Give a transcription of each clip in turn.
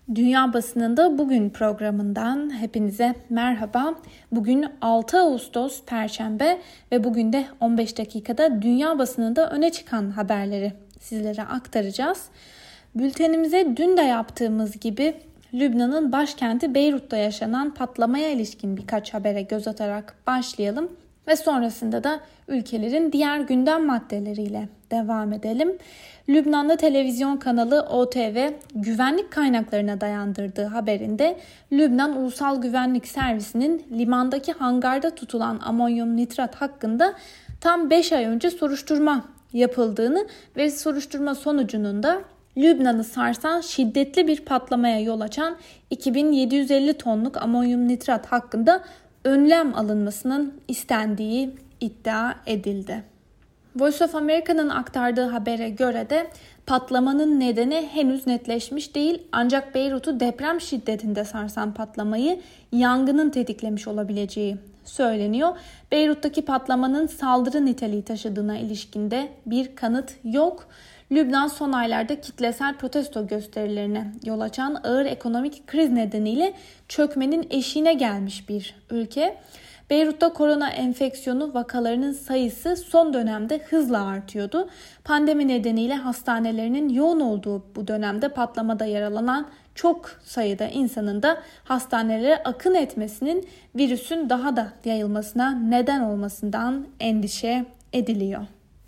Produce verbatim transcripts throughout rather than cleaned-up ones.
Dünya Basınında Bugün programından hepinize merhaba. Bugün altı Ağustos Perşembe ve bugün de on beş dakikada dünya basınında öne çıkan haberleri sizlere aktaracağız. Bültenimize dün de yaptığımız gibi Lübnan'ın başkenti Beyrut'ta yaşanan patlamaya ilişkin birkaç habere göz atarak başlayalım ve sonrasında da ülkelerin diğer gündem maddeleriyle devam edelim. Lübnan'da televizyon kanalı O T V güvenlik kaynaklarına dayandırdığı haberinde Lübnan Ulusal Güvenlik Servisi'nin limandaki hangarda tutulan amonyum nitrat hakkında tam beş ay önce soruşturma yapıldığını ve soruşturma sonucunun da Lübnan'ı sarsan şiddetli bir patlamaya yol açan iki bin yedi yüz elli tonluk amonyum nitrat hakkında önlem alınmasının istendiği iddia edildi. Voice of America'nın aktardığı habere göre de patlamanın nedeni henüz netleşmiş değil, ancak Beyrut'u deprem şiddetinde sarsan patlamayı yangının tetiklemiş olabileceği söyleniyor. Beyrut'taki patlamanın saldırı niteliği taşıdığına ilişkin de bir kanıt yok. Lübnan son aylarda kitlesel protesto gösterilerine yol açan ağır ekonomik kriz nedeniyle çökmenin eşiğine gelmiş bir ülke. Beyrut'ta korona enfeksiyonu vakalarının sayısı son dönemde hızla artıyordu. Pandemi nedeniyle hastanelerinin yoğun olduğu bu dönemde patlamada yaralanan çok sayıda insanın da hastanelere akın etmesinin virüsün daha da yayılmasına neden olmasından endişe ediliyor.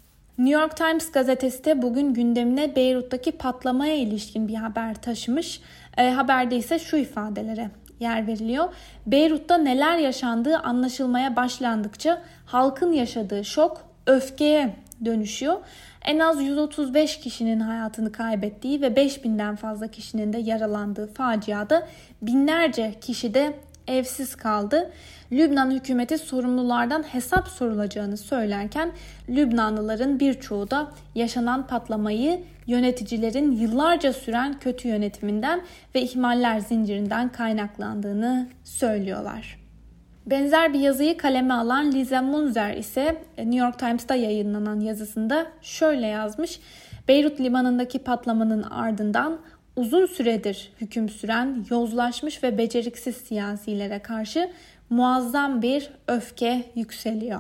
New York Times gazetesi de bugün gündemine Beyrut'taki patlamaya ilişkin bir haber taşımış. E, haberde ise şu ifadelere yer veriliyor. Beyrut'ta neler yaşandığı anlaşılmaya başlandıkça halkın yaşadığı şok öfkeye dönüşüyor. En az yüz otuz beş kişinin hayatını kaybettiği ve beş binden fazla kişinin de yaralandığı faciada binlerce kişi de evsiz kaldı. Lübnan hükümeti sorumlulardan hesap sorulacağını söylerken Lübnanlıların birçoğu da yaşanan patlamayı yöneticilerin yıllarca süren kötü yönetiminden ve ihmaller zincirinden kaynaklandığını söylüyorlar. Benzer bir yazıyı kaleme alan Liza Munzer ise New York Times'ta yayınlanan yazısında şöyle yazmış: Beyrut limanındaki patlamanın ardından uzun süredir hüküm süren yozlaşmış ve beceriksiz siyasilere karşı muazzam bir öfke yükseliyor.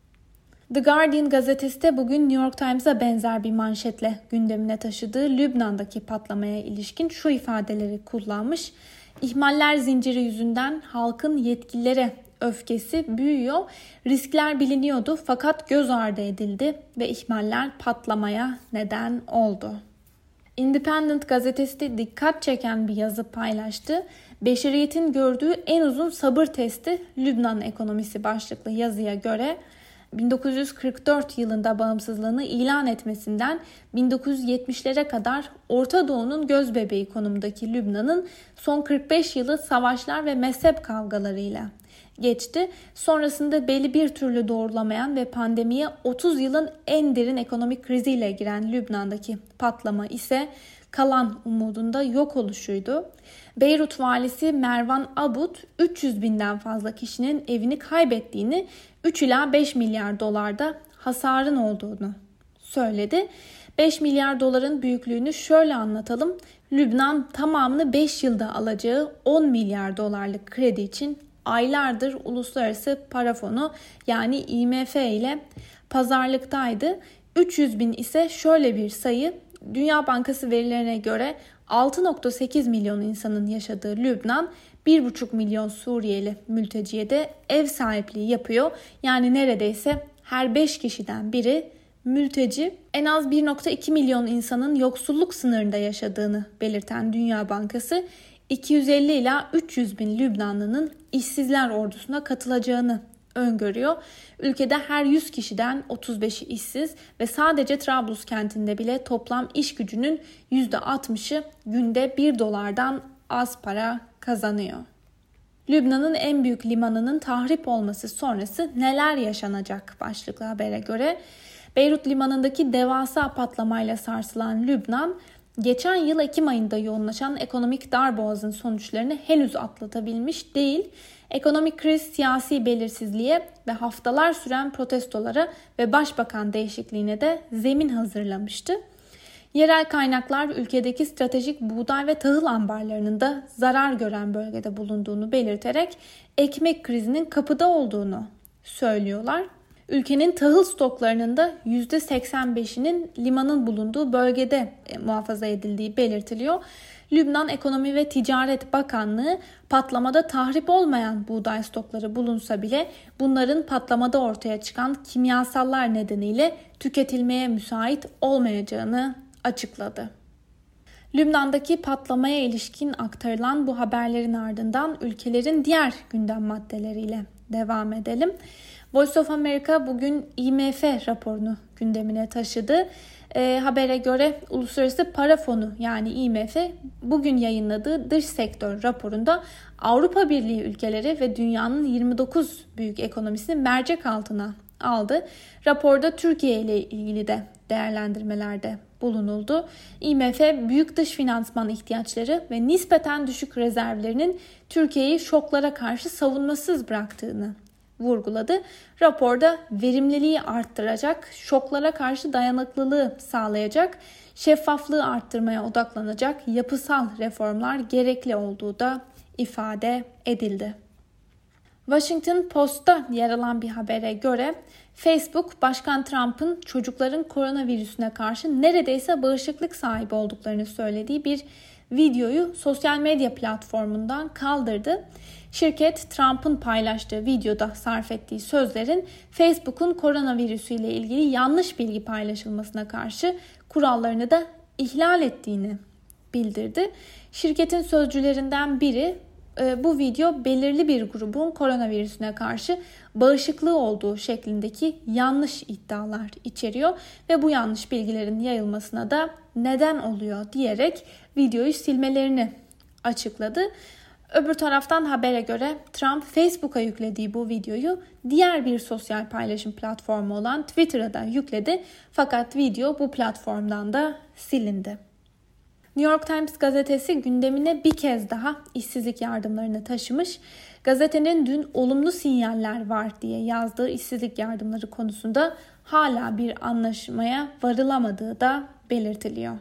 The Guardian gazetesi de bugün New York Times'a benzer bir manşetle gündemine taşıdığı Lübnan'daki patlamaya ilişkin şu ifadeleri kullanmış. İhmaller zinciri yüzünden halkın yetkililere öfkesi büyüyor. Riskler biliniyordu fakat göz ardı edildi ve ihmaller patlamaya neden oldu. Independent gazetesi de dikkat çeken bir yazı paylaştı. Beşeriyetin gördüğü en uzun sabır testi Lübnan ekonomisi başlıklı yazıya göre bin dokuz yüz kırk dört yılında bağımsızlığını ilan etmesinden bin dokuz yüz yetmişlere kadar Orta Doğu'nun gözbebeği konumdaki Lübnan'ın son kırk beş yılı savaşlar ve mezhep kavgalarıyla geçti. Sonrasında beli bir türlü doğrulamayan ve pandemiye otuz yılın en derin ekonomik kriziyle giren Lübnan'daki patlama ise kalan umudunda yok oluşuydu. Beyrut valisi Mervan Abud üç yüz binden fazla kişinin evini kaybettiğini, üç ila beş milyar dolarda hasarın olduğunu söyledi. beş milyar doların büyüklüğünü şöyle anlatalım. Lübnan tamamını beş yılda alacağı on milyar dolarlık kredi için aylardır Uluslararası Para Fonu yani I M F ile pazarlıktaydı. üç yüz bin ise şöyle bir sayı. Dünya Bankası verilerine göre altı virgül sekiz milyon insanın yaşadığı Lübnan bir buçuk milyon Suriyeli mülteciye de ev sahipliği yapıyor. Yani neredeyse her beş kişiden biri mülteci. En az bir virgül iki milyon insanın yoksulluk sınırında yaşadığını belirten Dünya Bankası iki yüz elli ila üç yüz bin Lübnanlı'nın işsizler ordusuna katılacağını öngörüyor. Ülkede her yüz kişiden otuz beşi işsiz ve sadece Trablus kentinde bile toplam iş gücünün yüzde altmışı günde bir dolardan az para kazanıyor. Lübnan'ın en büyük limanının tahrip olması sonrası neler yaşanacak başlıklı habere göre Beyrut limanındaki devasa patlamayla sarsılan Lübnan, geçen yıl Ekim ayında yoğunlaşan ekonomik darboğazın sonuçlarını henüz atlatabilmiş değil. Ekonomik kriz siyasi belirsizliğe ve haftalar süren protestolara ve başbakan değişikliğine de zemin hazırlamıştı. Yerel kaynaklar ülkedeki stratejik buğday ve tahıl ambarlarının da zarar gören bölgede bulunduğunu belirterek ekmek krizinin kapıda olduğunu söylüyorlar. Ülkenin tahıl stoklarının da yüzde seksen beşinin limanın bulunduğu bölgede muhafaza edildiği belirtiliyor. Lübnan Ekonomi ve Ticaret Bakanlığı patlamada tahrip olmayan buğday stokları bulunsa bile bunların patlamada ortaya çıkan kimyasallar nedeniyle tüketilmeye müsait olmayacağını açıkladı. Lübnan'daki patlamaya ilişkin aktarılan bu haberlerin ardından ülkelerin diğer gündem maddeleriyle devam edelim. Voice of America bugün I M F raporunu gündemine taşıdı. E, habere göre Uluslararası Para Fonu yani I M F bugün yayınladığı dış sektör raporunda Avrupa Birliği ülkeleri ve dünyanın yirmi dokuz büyük ekonomisini mercek altına aldı. Raporda Türkiye ile ilgili de değerlendirmelerde bulunuldu. I M F büyük dış finansman ihtiyaçları ve nispeten düşük rezervlerinin Türkiye'yi şoklara karşı savunmasız bıraktığını vurguladı. Raporda verimliliği arttıracak, şoklara karşı dayanıklılığı sağlayacak, şeffaflığı arttırmaya odaklanacak yapısal reformlar gerekli olduğu da ifade edildi. Washington Post'ta yer alan bir habere göre Facebook, Başkan Trump'ın çocukların koronavirüsüne karşı neredeyse bağışıklık sahibi olduklarını söylediği bir videoyu sosyal medya platformundan kaldırdı. Şirket Trump'ın paylaştığı videoda sarf ettiği sözlerin Facebook'un koronavirüsü ile ilgili yanlış bilgi paylaşılmasına karşı kurallarını da ihlal ettiğini bildirdi. Şirketin sözcülerinden biri bu video belirli bir grubun koronavirüsüne karşı bağışıklığı olduğu şeklindeki yanlış iddialar içeriyor ve bu yanlış bilgilerin yayılmasına da neden oluyor diyerek videoyu silmelerini açıkladı. Öbür taraftan habere göre Trump Facebook'a yüklediği bu videoyu diğer bir sosyal paylaşım platformu olan Twitter'a da yükledi. Fakat video bu platformdan da silindi. New York Times gazetesi gündemine bir kez daha işsizlik yardımlarını taşımış. Gazetenin dün olumlu sinyaller var diye yazdığı işsizlik yardımları konusunda hala bir anlaşmaya varılamadığı da belirtiliyor.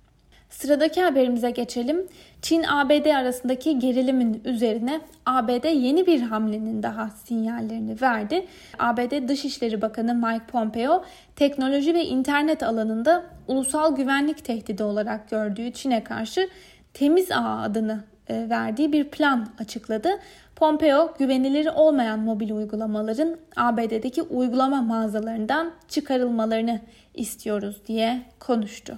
Sıradaki haberimize geçelim. Çin-A B D arasındaki gerilimin üzerine A B D yeni bir hamlenin daha sinyallerini verdi. A B D Dışişleri Bakanı Mike Pompeo, teknoloji ve internet alanında ulusal güvenlik tehdidi olarak gördüğü Çin'e karşı Temiz Ağ adını verdiği bir plan açıkladı. Pompeo, güvenilir olmayan mobil uygulamaların A B D'deki uygulama mağazalarından çıkarılmalarını istiyoruz diye konuştu.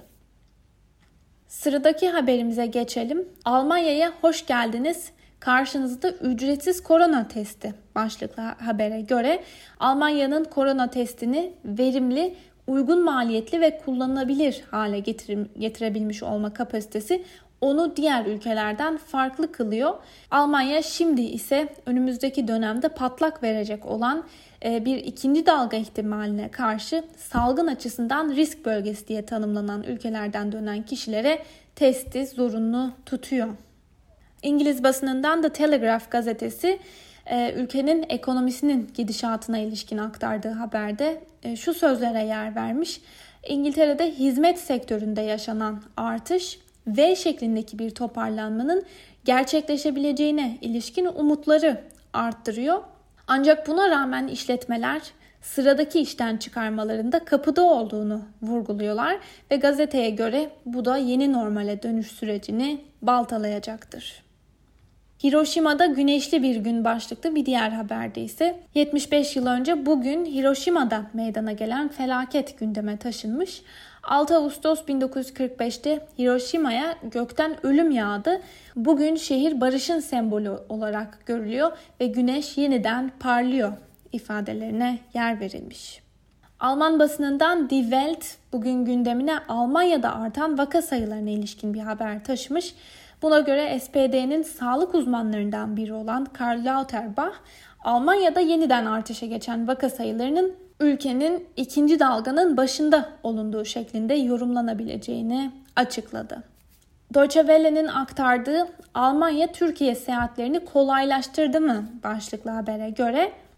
Sıradaki haberimize geçelim. Almanya'ya hoş geldiniz. Karşınızda ücretsiz korona testi başlıklı habere göre Almanya'nın korona testini verimli, uygun maliyetli ve kullanılabilir hale getirebilmiş olma kapasitesi onu diğer ülkelerden farklı kılıyor. Almanya şimdi ise önümüzdeki dönemde patlak verecek olan bir ikinci dalga ihtimaline karşı salgın açısından risk bölgesi diye tanımlanan ülkelerden dönen kişilere testi zorunlu tutuyor. İngiliz basınından The Telegraph gazetesi ülkenin ekonomisinin gidişatına ilişkin aktardığı haberde şu sözlere yer vermiş. İngiltere'de hizmet sektöründe yaşanan artış V şeklindeki bir toparlanmanın gerçekleşebileceğine ilişkin umutları arttırıyor. Ancak buna rağmen işletmeler sıradaki işten çıkarmalarında kapıda olduğunu vurguluyorlar ve gazeteye göre bu da yeni normale dönüş sürecini baltalayacaktır. Hiroşima'da güneşli bir gün başlıklı bir diğer haberde ise yetmiş beş yıl önce bugün Hiroşima'da meydana gelen felaket gündeme taşınmış. altı Ağustos bin dokuz yüz kırk beşte Hiroşima'ya gökten ölüm yağdı. Bugün şehir barışın sembolü olarak görülüyor ve güneş yeniden parlıyor ifadelerine yer verilmiş. Alman basınından Die Welt bugün gündemine Almanya'da artan vaka sayılarına ilişkin bir haber taşımış. Buna göre S P D'nin sağlık uzmanlarından biri olan Karl Lauterbach, Almanya'da yeniden artışa geçen vaka sayılarının ülkenin ikinci dalganın başında olunduğu şeklinde yorumlanabileceğini açıkladı. Deutsche Welle'nin aktardığı Almanya Türkiye seyahatlerini kolaylaştırdı mı başlıklı habere göre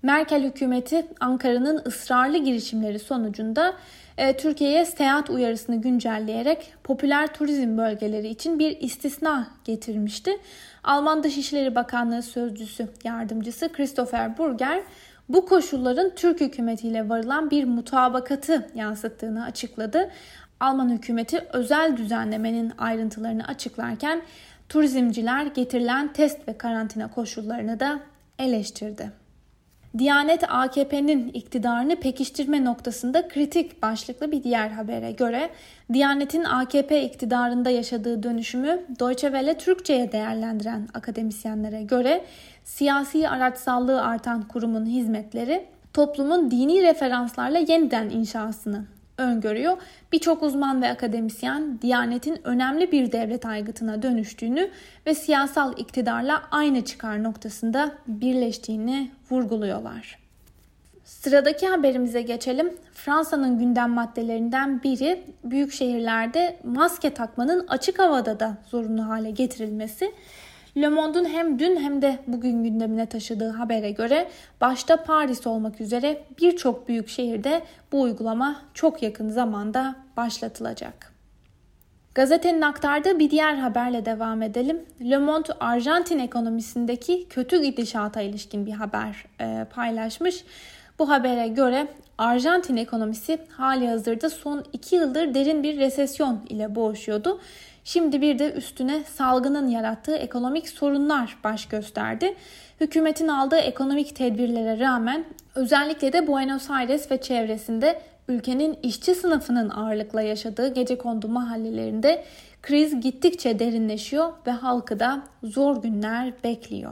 Merkel hükümeti Ankara'nın ısrarlı girişimleri sonucunda e, Türkiye'ye seyahat uyarısını güncelleyerek popüler turizm bölgeleri için bir istisna getirmişti. Alman Dışişleri Bakanlığı Sözcüsü Yardımcısı Christopher Burger, bu koşulların Türk hükümetiyle varılan bir mutabakatı yansıttığını açıkladı. Alman hükümeti özel düzenlemenin ayrıntılarını açıklarken turizmciler getirilen test ve karantina koşullarını da eleştirdi. Diyanet A K P'nin iktidarını pekiştirme noktasında kritik başlıklı bir diğer habere göre Diyanet'in A K P iktidarında yaşadığı dönüşümü Deutsche Welle Türkçe'ye değerlendiren akademisyenlere göre siyasi araçsallığı artan kurumun hizmetleri toplumun dini referanslarla yeniden inşasını öngörüyor. Birçok uzman ve akademisyen Diyanet'in önemli bir devlet aygıtına dönüştüğünü ve siyasal iktidarla aynı çıkar noktasında birleştiğini vurguluyorlar. Sıradaki haberimize geçelim. Fransa'nın gündem maddelerinden biri büyük şehirlerde maske takmanın açık havada da zorunlu hale getirilmesi. Le Monde'un hem dün hem de bugün gündemine taşıdığı habere göre başta Paris olmak üzere birçok büyük şehirde bu uygulama çok yakın zamanda başlatılacak. Gazetenin aktardığı bir diğer haberle devam edelim. Le Monde Arjantin ekonomisindeki kötü gidişata ilişkin bir haber e, paylaşmış. Bu habere göre Arjantin ekonomisi halihazırda son iki yıldır derin bir resesyon ile boğuşuyordu. Şimdi bir de üstüne salgının yarattığı ekonomik sorunlar baş gösterdi. Hükümetin aldığı ekonomik tedbirlere rağmen özellikle de Buenos Aires ve çevresinde ülkenin işçi sınıfının ağırlıkla yaşadığı gecekondu mahallelerinde kriz gittikçe derinleşiyor ve halkı da zor günler bekliyor.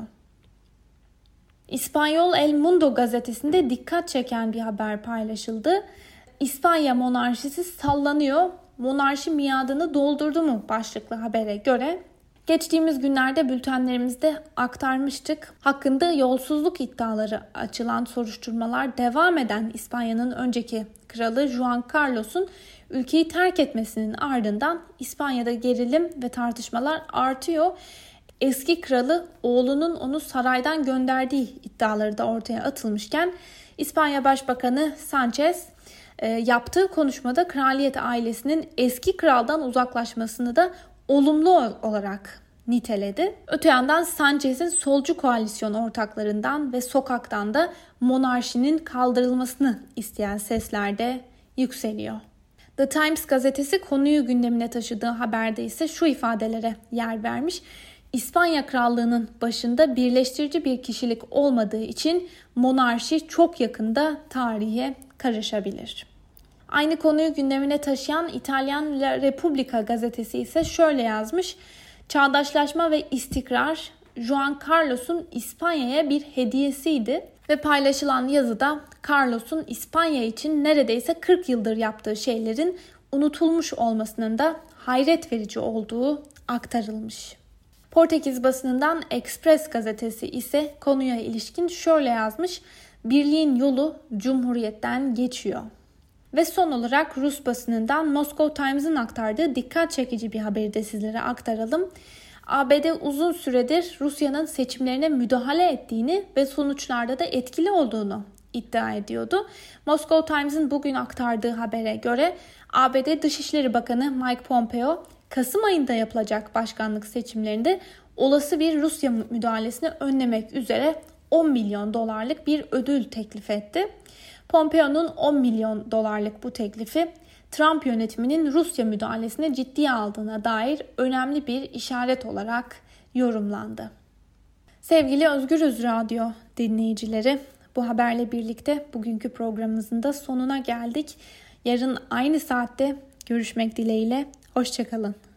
İspanyol El Mundo gazetesinde dikkat çeken bir haber paylaşıldı. İspanya monarşisi sallanıyor. Monarşi miadını doldurdu mu başlıklı habere göre geçtiğimiz günlerde bültenlerimizde aktarmıştık. Hakkında yolsuzluk iddiaları açılan soruşturmalar devam eden İspanya'nın önceki kralı Juan Carlos'un ülkeyi terk etmesinin ardından İspanya'da gerilim ve tartışmalar artıyor. Eski kralı oğlunun onu saraydan gönderdiği iddiaları da ortaya atılmışken İspanya Başbakanı Sanchez e, yaptığı konuşmada kraliyet ailesinin eski kraldan uzaklaşmasını da olumlu olarak niteledi. Öte yandan Sanchez'in solcu koalisyon ortaklarından ve sokaktan da monarşinin kaldırılmasını isteyen sesler de yükseliyor. The Times gazetesi konuyu gündemine taşıdığı haberde ise şu ifadelere yer vermiş. İspanya Krallığı'nın başında birleştirici bir kişilik olmadığı için monarşi çok yakında tarihe karışabilir. Aynı konuyu gündemine taşıyan İtalyan La Repubblica gazetesi ise şöyle yazmış. Çağdaşlaşma ve istikrar Juan Carlos'un İspanya'ya bir hediyesiydi ve paylaşılan yazıda Carlos'un İspanya için neredeyse kırk yıldır yaptığı şeylerin unutulmuş olmasının da hayret verici olduğu aktarılmış. Portekiz basınından Express gazetesi ise konuya ilişkin şöyle yazmış. Birliğin yolu Cumhuriyet'ten geçiyor. Ve son olarak Rus basınından Moscow Times'ın aktardığı dikkat çekici bir haberi de sizlere aktaralım. A B D uzun süredir Rusya'nın seçimlerine müdahale ettiğini ve sonuçlarda da etkili olduğunu iddia ediyordu. Moscow Times'ın bugün aktardığı habere göre A B D Dışişleri Bakanı Mike Pompeo, Kasım ayında yapılacak başkanlık seçimlerinde olası bir Rusya müdahalesini önlemek üzere on milyon dolarlık bir ödül teklif etti. Pompeo'nun on milyon dolarlık bu teklifi Trump yönetiminin Rusya müdahalesini ciddiye aldığına dair önemli bir işaret olarak yorumlandı. Sevgili Özgürüz Radyo dinleyicileri, bu haberle birlikte bugünkü programımızın da sonuna geldik. Yarın aynı saatte görüşmek dileğiyle, hoşça kalın.